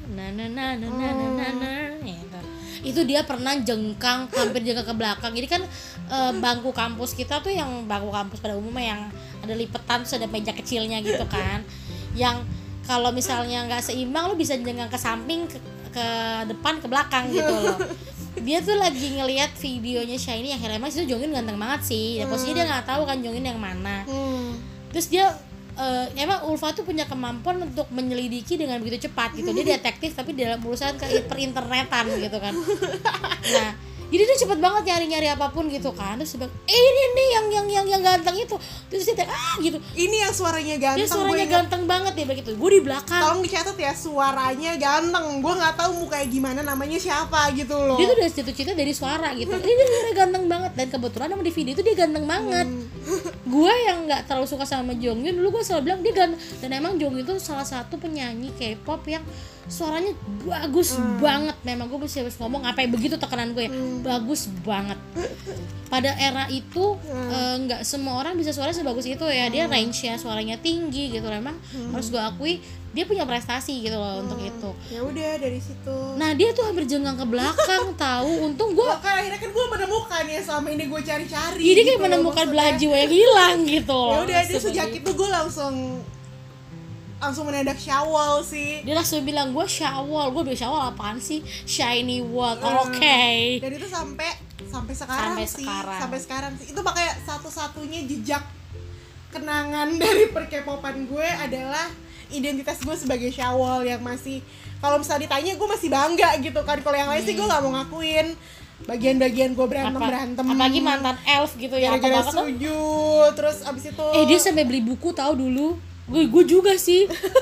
A: itu dia pernah hampir jengkang ke belakang. Jadi kan bangku kampus kita tuh yang bangku kampus pada umumnya yang ada lipetan terus ada meja kecilnya gitu kan. Yang kalau misalnya nggak seimbang lo bisa jengkang ke samping, ke depan, ke belakang gitu loh. Dia tuh lagi ngelihat videonya Shiny yang emang itu Jonghyun ganteng banget sih. Ya posisinya dia nggak tahu kan Jonghyun yang mana. Terus dia emang Ulfa tuh punya kemampuan untuk menyelidiki dengan begitu cepat gitu. Dia detektif tapi dalam urusan perinternetan gitu kan. Nah, jadi dia cepet banget nyari apapun gitu kan. Terus dia bilang, ini yang ganteng itu. Terus dia gitu.
B: Ini yang suaranya ganteng.
A: Dia suaranya ganteng banget ya begitu. Gue di belakang.
B: Tolong dicatat ya, suaranya ganteng. Gue nggak tahu mukanya gimana, namanya siapa gitu loh.
A: Dia tuh udah jatuh cinta dari suara gitu. Ini dia suaranya ganteng banget, dan kebetulan sama di video itu dia ganteng banget. Gue yang nggak terlalu suka sama Jonghyun, dulu gue selalu bilang dia ganteng. Dan emang Jonghyun itu salah satu penyanyi K-pop yang suaranya bagus banget. Memang gue bisa ngomong apa begitu tekanan gue ya. Bagus banget. Pada era itu nggak semua orang bisa suaranya sebagus itu ya. Dia range-nya suaranya tinggi gitu. Memang harus gue akui dia punya prestasi gitu loh untuk itu.
B: Ya udah dari situ.
A: Nah dia tuh hampir jenggang ke belakang tahu. Untung gue.
B: Kan akhirnya kan gue menemukan ya, selama ini gue cari-cari.
A: Jadi kayak
B: gitu
A: menemukan
B: loh,
A: belahan jiwa yang hilang gitu loh.
B: Ya udah sejak itu gue langsung mendadak Syawal sih.
A: Dia langsung bilang gue Syawal. Gue bilang Syawal apaan sih? Shiny World. Oke.
B: Dan itu sampai sekarang sih. Itu makanya satu-satunya jejak kenangan dari perkepopan gue adalah identitas gue sebagai Syawal yang masih, kalau misalnya ditanya gue masih bangga gitu kan. Kalau yang lain sih gue nggak mau ngakuin bagian-bagian gue berantem.
A: Apalagi mantan elf gitu ya.
B: Gara-gara Suju. Terus abis itu
A: dia sampai beli buku tahu dulu. Gue juga sih.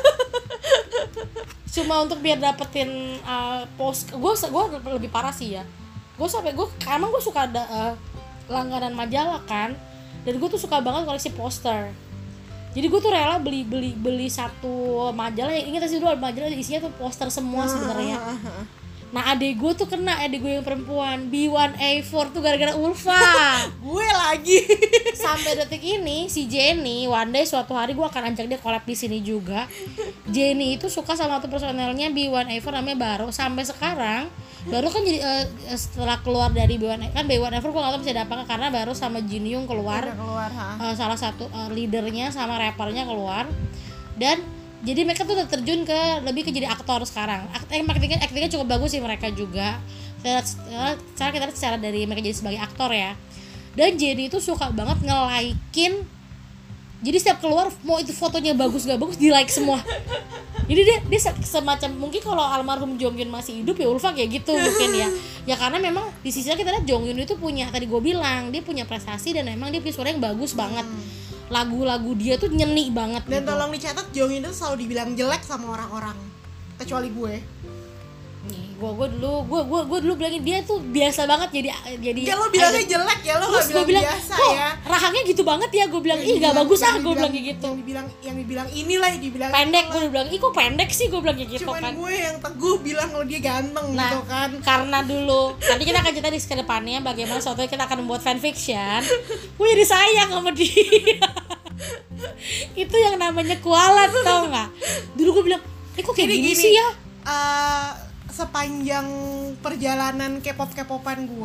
A: Cuma untuk biar dapetin post. Gue lebih parah sih ya. Emang gue suka langganan majalah kan. Dan gue tuh suka banget koleksi poster. Jadi gue tuh rela beli satu majalah. Ingat sih dulu majalah isinya tuh poster semua sebenarnya. Nah adek gue tuh kena, adek gue yang perempuan B1A4 tuh gara-gara Ulfa.
B: Gue lagi.
A: Sampai detik ini si Jenny, one day suatu hari gue akan ajak dia collab di sini juga. Jenny itu suka sama satu personelnya B1A4 namanya Baro. Sampai sekarang Baro kan jadi setelah keluar dari B1A4 kan B1A4 gue gak tau bisa ada apa karena Baro sama Jin Young keluar. Salah satu leadernya sama rappernya keluar. Dan jadi mereka tuh udah terjun lebih ke jadi aktor sekarang. Aktingnya cukup bagus sih mereka juga. Secara kita lihat secara dari mereka jadi sebagai aktor ya. Dan Jenny itu suka banget nge-like-in. Jadi setiap keluar mau itu fotonya bagus gak bagus di like semua. Jadi dia semacam, mungkin kalau almarhum Jonghyun masih hidup ya Ulfa kayak gitu mungkin ya. Ya karena memang di sisi kita lihat Jonghyun itu punya, tadi gue bilang dia punya prestasi dan memang dia punya suara yang bagus banget. Lagu-lagu dia tuh nyeni banget.
B: Dan
A: gitu.
B: tolong dicatat, Jonghyun itu selalu dibilang jelek sama orang-orang, kecuali gue.
A: Nih, gue dulu bilangin dia tuh biasa banget jadi.
B: Ya lo bilangnya jelek ya, lo nggak bilang biasa ya.
A: Rahangnya gitu banget ya, gue bilang ih nggak bagus gue bilang kayak gitu.
B: Yang dibilang inilah, dibilang
A: pendek, gue bilang ih kok pendek sih, gue bilang kayak gitu.
B: Cuman
A: kan.
B: gue yang teguh bilang kalau dia ganteng gitu kan.
A: Karena dulu nanti kita akan cerita di kedepannya bagaimana suatu kita akan membuat fanfiction. Gue jadi sayang sama dia. Itu yang namanya kualat, tau nggak? Dulu gue bilang kok kayak gini sih ya.
B: Sepanjang perjalanan K-popan gue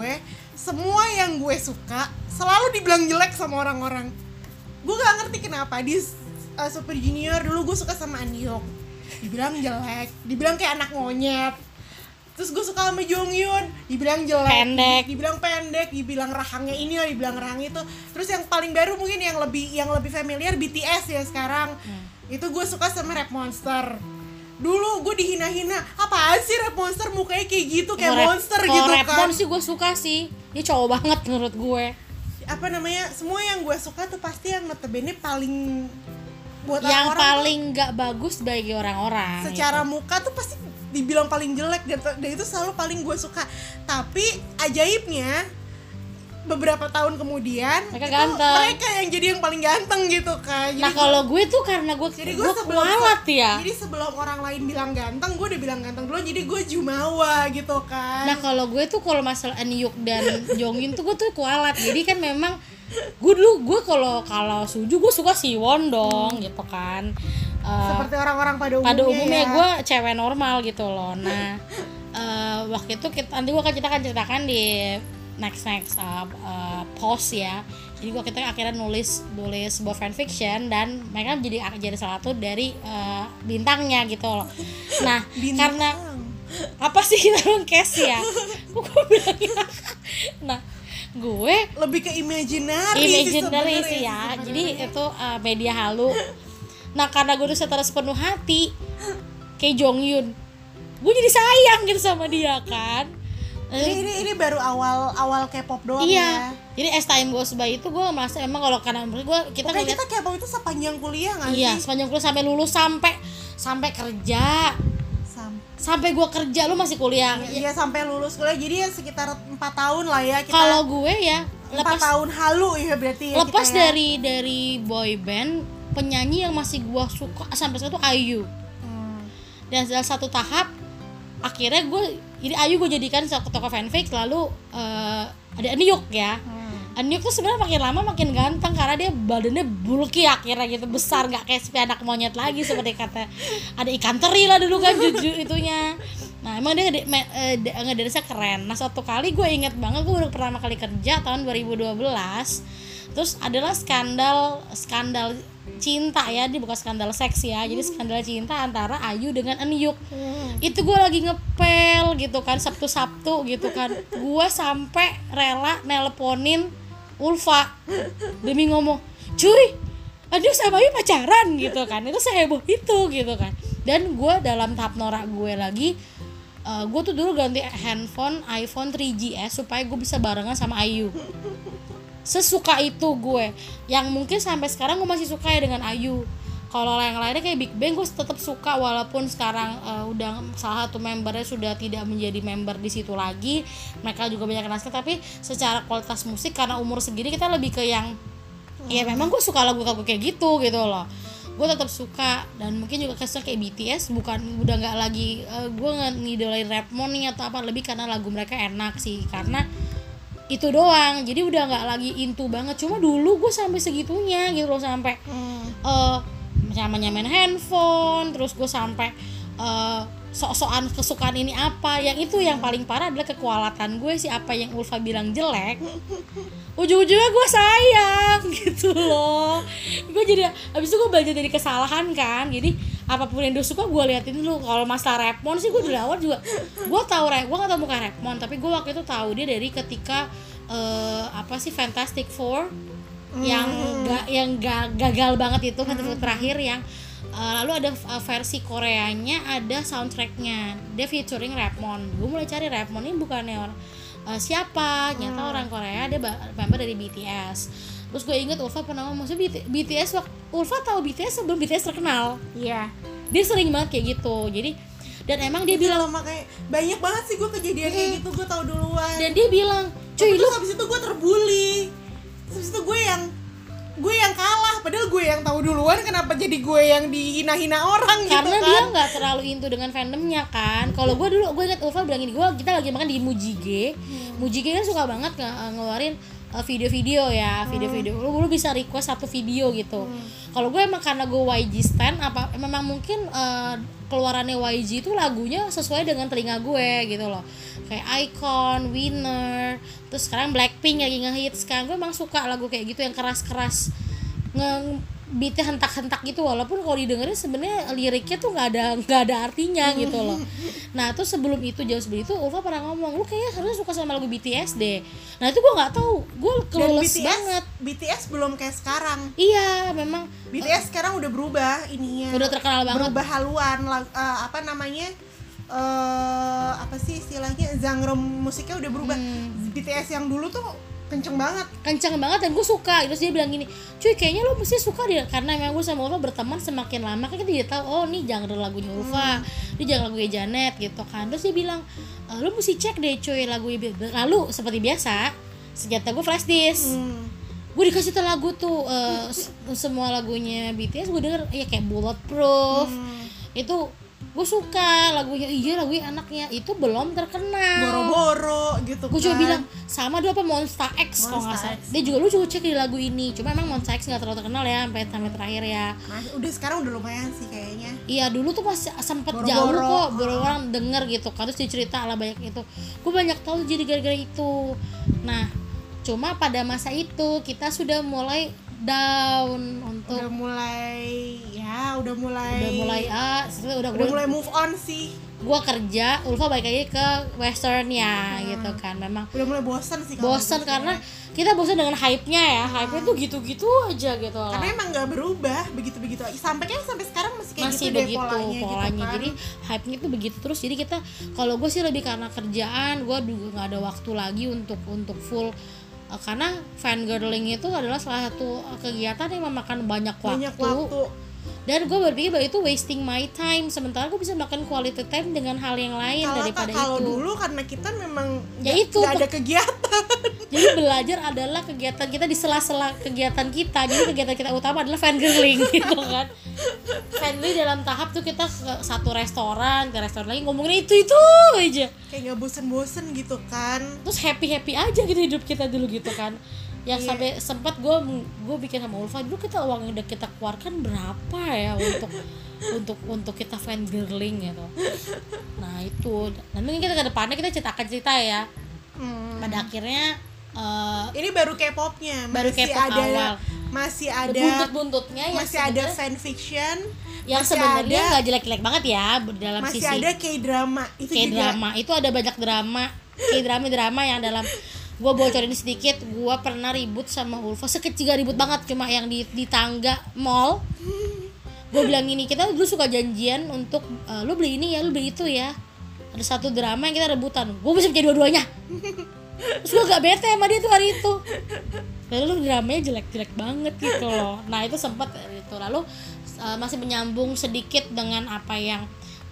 B: semua yang gue suka selalu dibilang jelek sama orang-orang. Gue gak ngerti kenapa di Super Junior dulu gue suka sama Anyuk, dibilang jelek, dibilang kayak anak monyet. Terus gue suka sama Jonghyun, dibilang jelek, dibilang pendek, dibilang rahangnya ini, dibilang rahang itu. Terus yang paling baru mungkin yang lebih familiar BTS ya sekarang. Itu gue suka sama Rap Monster. Dulu gue dihina-hina, apaan sih Rap Monster mukanya kayak gitu, kayak monster gitu kan.
A: Kalau Rap sih gue suka sih, dia cowok banget menurut gue.
B: Apa namanya, semua yang gue suka tuh pasti yang notabene paling buat
A: yang
B: orang-orang
A: paling gak bagus bagi orang-orang
B: secara
A: gitu.
B: muka tuh pasti dibilang paling jelek, dan itu selalu paling gue suka. Tapi ajaibnya beberapa tahun kemudian
A: mereka ganteng,
B: mereka yang jadi yang paling ganteng gitu kan.
A: Nah kalau gue tuh karena gue kualat ya,
B: jadi sebelum orang lain bilang ganteng, gue udah bilang ganteng dulu, jadi gue jumawa gitu kan.
A: Nah kalau gue tuh kalau masalah Anyuk dan Jonghyun tuh gue tuh kualat. Jadi kan memang gue kalau suju gue suka Siwon dong gitu kan.
B: Seperti orang-orang pada umumnya
A: ya. Gue cewek normal gitu loh. Nah waktu itu nanti kita akan ceritakan di next post ya. Jadi kita akhirnya nulis sebuah fanfiction dan mereka jadi salah satu dari bintangnya gitu loh. Nah karena apa sih kita case ya? Gue bilangnya. Nah gue
B: lebih ke imaginary
A: sih ya. Jadi itu media halu. Nah karena gue udah secara sepenuh hati kayak Jonghyun, gue jadi sayang gitu sama dia kan.
B: Ini baru awal K-pop doang ya.
A: Jadi as time goes by itu gue merasa emang kalau karena menurut gue kita
B: K-pop itu sepanjang kuliah nggak sih?
A: Iya sepanjang kuliah sampai lulus sampai kerja. Sampai gue kerja lu masih kuliah.
B: Iya sampai lulus kuliah, jadi ya sekitar 4 tahun lah ya kita.
A: Kalau gue ya
B: 4 tahun halu ya berarti ya.
A: Lepas dari boy band, penyanyi yang masih gue suka sampai sekarang tuh IU. Dan dalam satu tahap akhirnya jadi IU gue jadikan tokoh fanfic, lalu ada Anyuk ya. Anyuk tuh sebenarnya makin lama makin ganteng karena dia badannya bulky akhirnya gitu, besar, nggak kayak seperti anak monyet lagi seperti kata ada ikan teri lah dulu kan juju itunya. Nah emang dia ngedance-nya keren. Nah suatu kali gue inget banget, gue baru pertama kali kerja tahun 2012. Terus adalah skandal cinta ya, dia bukan skandal seks ya, jadi skandal cinta antara Ayu dengan Anyuk. Itu gue lagi ngepel gitu kan, Sabtu gitu kan, gue sampai rela nelponin Ulfa demi ngomong, cuy, Anyuk sama Ayu pacaran gitu kan, itu seheboh itu gitu kan. Dan gue dalam tahap norak gue lagi, gue tuh dulu ganti handphone iPhone 3GS supaya gue bisa barengan sama Ayu. Sesuka itu gue, yang mungkin sampai sekarang gue masih suka ya dengan Ayu. Kalau yang lainnya kayak Big Bang gue tetap suka, walaupun sekarang udah salah satu membernya sudah tidak menjadi member di situ lagi. Mereka juga banyak kenal, tapi secara kualitas musik karena umur segini kita lebih ke yang ya memang gue suka lagu-lagu kayak gitu loh. Gue tetap suka, dan mungkin juga kesel kayak BTS, udah nggak lagi gue ngidolain Rapmon nih atau apa, lebih karena lagu mereka enak sih, karena itu doang. Jadi udah nggak lagi into banget. Cuma dulu gue sampai segitunya gitu loh, sampai nyamain handphone, terus gue sampai sok-sokan kesukaan ini apa. Yang itu yang paling parah adalah kekualatan gue sih, apa yang Ulfa bilang jelek ujung-ujungnya gue sayang gitu loh. Gue jadi abis itu gue belajar dari kesalahan kan, jadi apapun yang dia suka gue liatin dulu. Kalau masalah Rapmon sih gue dari awal juga gue nggak tahu muka Rapmon, tapi gue waktu itu tahu dia dari ketika Fantastic Four yang gagal banget itu, Fantastic Four terakhir yang lalu ada versi Koreanya, ada soundtracknya, dia featuring Rapmon. Gue mulai cari Rapmon ini bukannya siapa, nyata orang Korea, dia member dari BTS. Terus gue inget Ulfa pernah ngomong, BTS Ulfa tahu BTS sebelum BTS terkenal.
B: Iya.
A: Dia sering banget kayak gitu. Jadi, dan emang dia bilang
B: kayak banyak banget sih gue kejadian kayak gitu, gue tahu duluan.
A: Dan dia bilang, cuy, lu
B: habis itu gue terbully. Habis itu gue yang kalah, padahal gue yang tahu duluan, kenapa jadi gue yang dihina-hina orang gitu kan.
A: Karena dia nggak terlalu into dengan fandomnya kan. Kalau gue dulu, gue inget Ulfa bilang gini, kita lagi makan di Mujige. Mujige kan suka banget ngeluarin video-video ya, video-video. Lu bisa request satu video gitu. Kalau gue emang karena gue YG stan, memang mungkin keluarannya YG itu lagunya sesuai dengan telinga gue gitu loh, kayak Icon, Winner, terus sekarang Blackpink lagi ngehits kan. Gue emang suka lagu kayak gitu yang keras-keras, beatnya hentak-hentak gitu, walaupun kalau didengerin sebenarnya liriknya tuh nggak ada artinya gitu loh. Nah terus sebelum itu, jauh sebelum itu Ulfa pernah ngomong, lu kayaknya harusnya suka sama lagu BTS deh. Nah itu gue nggak tahu, gue clueless banget.
B: BTS belum kayak sekarang.
A: Iya memang
B: BTS sekarang udah berubah ininya,
A: udah terkenal banget,
B: berubah haluan, apa namanya, apa sih istilahnya, genre musiknya udah berubah. BTS yang dulu tuh kenceng banget dan gue suka. Terus dia bilang gini, cuy kayaknya lo mesti suka dia, karena emang gue sama Ulfa berteman semakin lama kan kita jadi tahu, oh nih genre lagunya Ulfa, ini genre lagunya Janet gitu kan. Terus dia bilang, lo mesti cek deh cuy lagunya. Lalu seperti biasa senjata gue flash disk, gue dikasih tuh lagu tuh, semua lagunya BTS gue denger, ya kayak Bulletproof, itu gue suka lagunya, iya lagunya anaknya itu belum terkenal, boro-boro gitu.
A: Gue juga bilang sama dulu apa Monsta X kalau nggak salah, dia juga, lu juga cek di lagu ini, cuma emang Monsta X nggak terlalu terkenal ya sampai terakhir ya.
B: Udah sekarang udah lumayan sih kayaknya.
A: Iya dulu tuh masih sempet jauh kok baru orang denger gitu kan, terus dicerita lah banyak itu, gue banyak tahu jadi gara-gara itu. Nah cuma pada masa itu kita sudah mulai down untuk
B: udah mulai move on sih.
A: Gua kerja, Ulfa balik lagi ke western ya gitu kan. Memang
B: udah mulai bosan sih,
A: karena kita bosan dengan hype-nya ya. Hype-nya tuh gitu-gitu aja gitu loh.
B: Karena emang nggak berubah begitu-begitu sampai sekarang masih kayak
A: masih
B: gitu
A: begitu
B: polanya gitu kan.
A: Jadi hype-nya tuh begitu terus. Jadi kita, kalau gue sih lebih karena kerjaan, gue juga nggak ada waktu lagi untuk full, karena fangirling itu adalah salah satu kegiatan yang memakan banyak waktu. Dan gue berpikir bahwa itu wasting my time, sementara gue bisa makan quality time dengan hal yang lain daripada
B: kalau
A: itu.
B: Kalau dulu karena kita memang
A: ya
B: gak ada kegiatan.
A: Jadi belajar adalah kegiatan kita di sela-sela kegiatan kita. Jadi kegiatan kita utama adalah fangirling gitu kan. Fangirling dalam tahap tuh kita ke satu restoran, ke restoran lagi ngomongin itu aja.
B: Kayak gak bosen-bosen gitu kan.
A: Terus happy aja gitu hidup kita dulu gitu kan. Yang sampai sempat gue bikin sama Ulfa, dulu kita uang yang udah kita keluarkan berapa ya untuk kita fangirling gitu. Nah itu, dan mungkin kita ke depannya kita cerita ya. Pada akhirnya
B: ini baru K-popnya,
A: baru K-pop awal,
B: masih ada
A: buntut-buntutnya,
B: masih ada fanfiction
A: yang sebenarnya nggak jelek-jelek banget ya dalam
B: masih
A: sisi.
B: Masih ada K-drama,
A: itu ada banyak drama, K-drama yang dalam. Gue bocorin sedikit, gue pernah ribut sama Ulfa, sekecil gak ribut banget, cuma yang di tangga mall. Gue bilang gini, kita dulu suka janjian untuk lu beli ini ya, lu beli itu ya. Ada satu drama yang kita rebutan, gue bisa punya dua-duanya. Terus gue gak bete sama dia tuh hari itu. Lalu dramanya jelek-jelek banget gitu loh. Nah itu sempat itu. Lalu masih menyambung sedikit dengan apa yang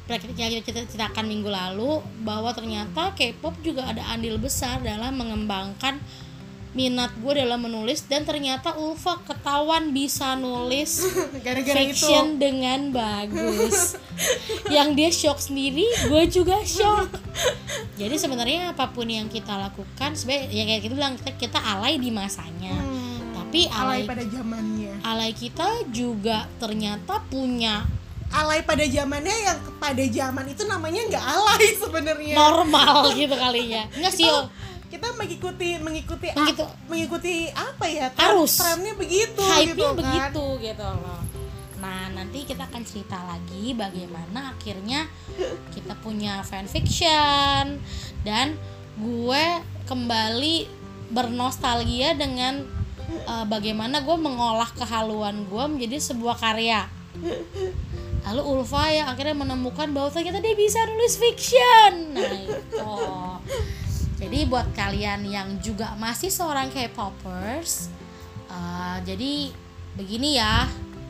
A: kita ceritakan minggu lalu, bahwa ternyata K-pop juga ada andil besar dalam mengembangkan minat gue dalam menulis. Dan ternyata Ulfa ketahuan bisa nulis fiction dengan bagus. Yang dia shock sendiri, gue juga shock. Jadi sebenarnya apapun yang kita lakukan, sebenarnya ya kayak kita bilang, kita alay di masanya, tapi
B: alay pada zamannya.
A: Alay kita juga ternyata punya
B: alay pada zamannya, yang pada zaman itu namanya nggak alay sebenarnya,
A: normal gitu kalinya. Enggak sih,
B: kita mengikuti apa ya,
A: arus
B: trennya begitu,
A: hype-nya
B: gitu kan?
A: Begitu gitu loh. Nah nanti kita akan cerita lagi bagaimana akhirnya kita punya fanfiction, dan gue kembali bernostalgia dengan bagaimana gue mengolah kehaluan gue menjadi sebuah karya. Lalu Ulfa yang akhirnya menemukan bahwa ternyata dia bisa nulis fiction. Nah itu. Jadi buat kalian yang juga masih seorang K-popers, jadi begini ya,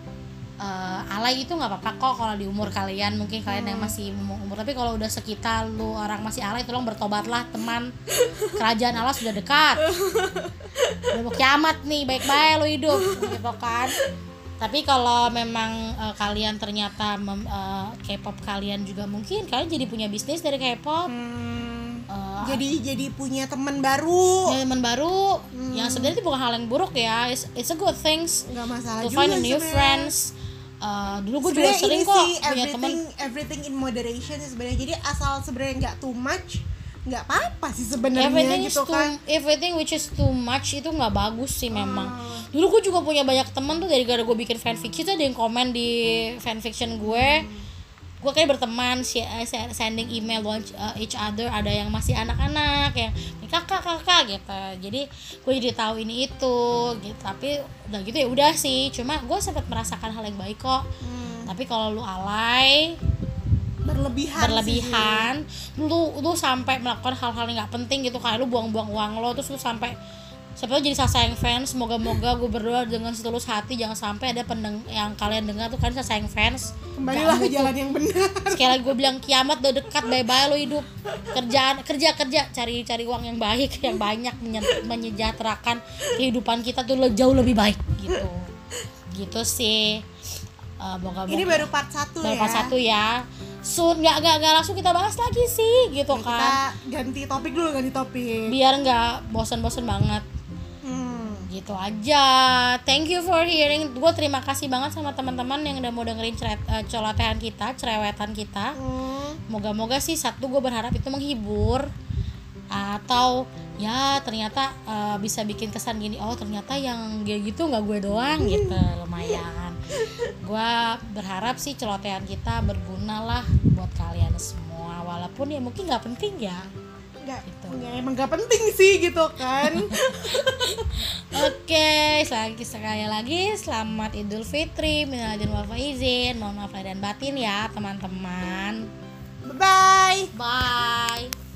A: alay itu nggak apa-apa kok kalau di umur kalian, mungkin kalian yang masih umur, tapi kalau udah sekitar lu orang masih alay, tolong bertobatlah teman, kerajaan Allah sudah dekat, udah mau kiamat nih, baik-baik lu hidup gitu kan. Tapi kalau memang kalian ternyata K-pop kalian juga mungkin kalian jadi punya bisnis dari K-pop,
B: jadi punya teman baru,
A: yang sebenarnya itu bukan hal yang buruk ya, it's a good things,
B: nggak masalah
A: to
B: juga
A: find a new friends. Dulu gue juga
B: Sebenarnya
A: sering
B: ini
A: kok
B: sih,
A: punya teman.
B: everything in moderation sih sebenarnya. Jadi asal sebenarnya nggak too much, nggak apa-apa sih sebenarnya gitu kan.
A: Everything which is too much itu nggak bagus sih memang. Dulu gue juga punya banyak teman tuh dari gara gue bikin fanfiction tuh ada yang komen di fanfiction gue. Gue kayak berteman, sending email each other, ada yang masih anak-anak, yang kakak gitu. Jadi gue jadi tahu ini itu gitu. Tapi udah gitu ya udah sih. Cuma gue sempat merasakan hal yang baik kok. Tapi kalau lu alay berlebihan lu sampai melakukan hal-hal yang nggak penting gitu, kayak lu buang-buang uang lo, terus lu sampai jadi Sasayang fans. Moga-moga gue berdoa dengan setulus hati jangan sampai ada yang kalian dengar tuh kan Sasayang fans
B: kembalilah ke jalan yang benar.
A: Sekali lagi gue bilang kiamat udah dekat, bye-bye lo hidup. Kerja cari uang yang baik, yang banyak, menyejahterakan kehidupan kita tuh jauh lebih baik gitu sih. Moga-moga
B: Ini baru part 1 ya.
A: Part 1 ya. Soon nggak langsung kita bahas lagi sih gitu
B: ya,
A: kan.
B: Kita ganti topik.
A: Biar nggak bosan-bosan banget. Gitu aja. Thank you for hearing. Gue terima kasih banget sama teman-teman yang udah mau dengerin celotehan kita, cerewetan kita. Moga-moga sih satu gue berharap itu menghibur, atau ya ternyata bisa bikin kesan gini, oh ternyata yang kayak gitu nggak gue doang gitu. Lumayan. Gue berharap sih celotehan kita berguna lah buat kalian semua, walaupun ya mungkin nggak penting ya.
B: Emang gak penting sih gitu kan.
A: Oke, sekali lagi selamat Idul Fitri, minal aidin wal faizin, mohon maaf lahir dan batin ya teman-teman.
B: Bye.
A: Bye.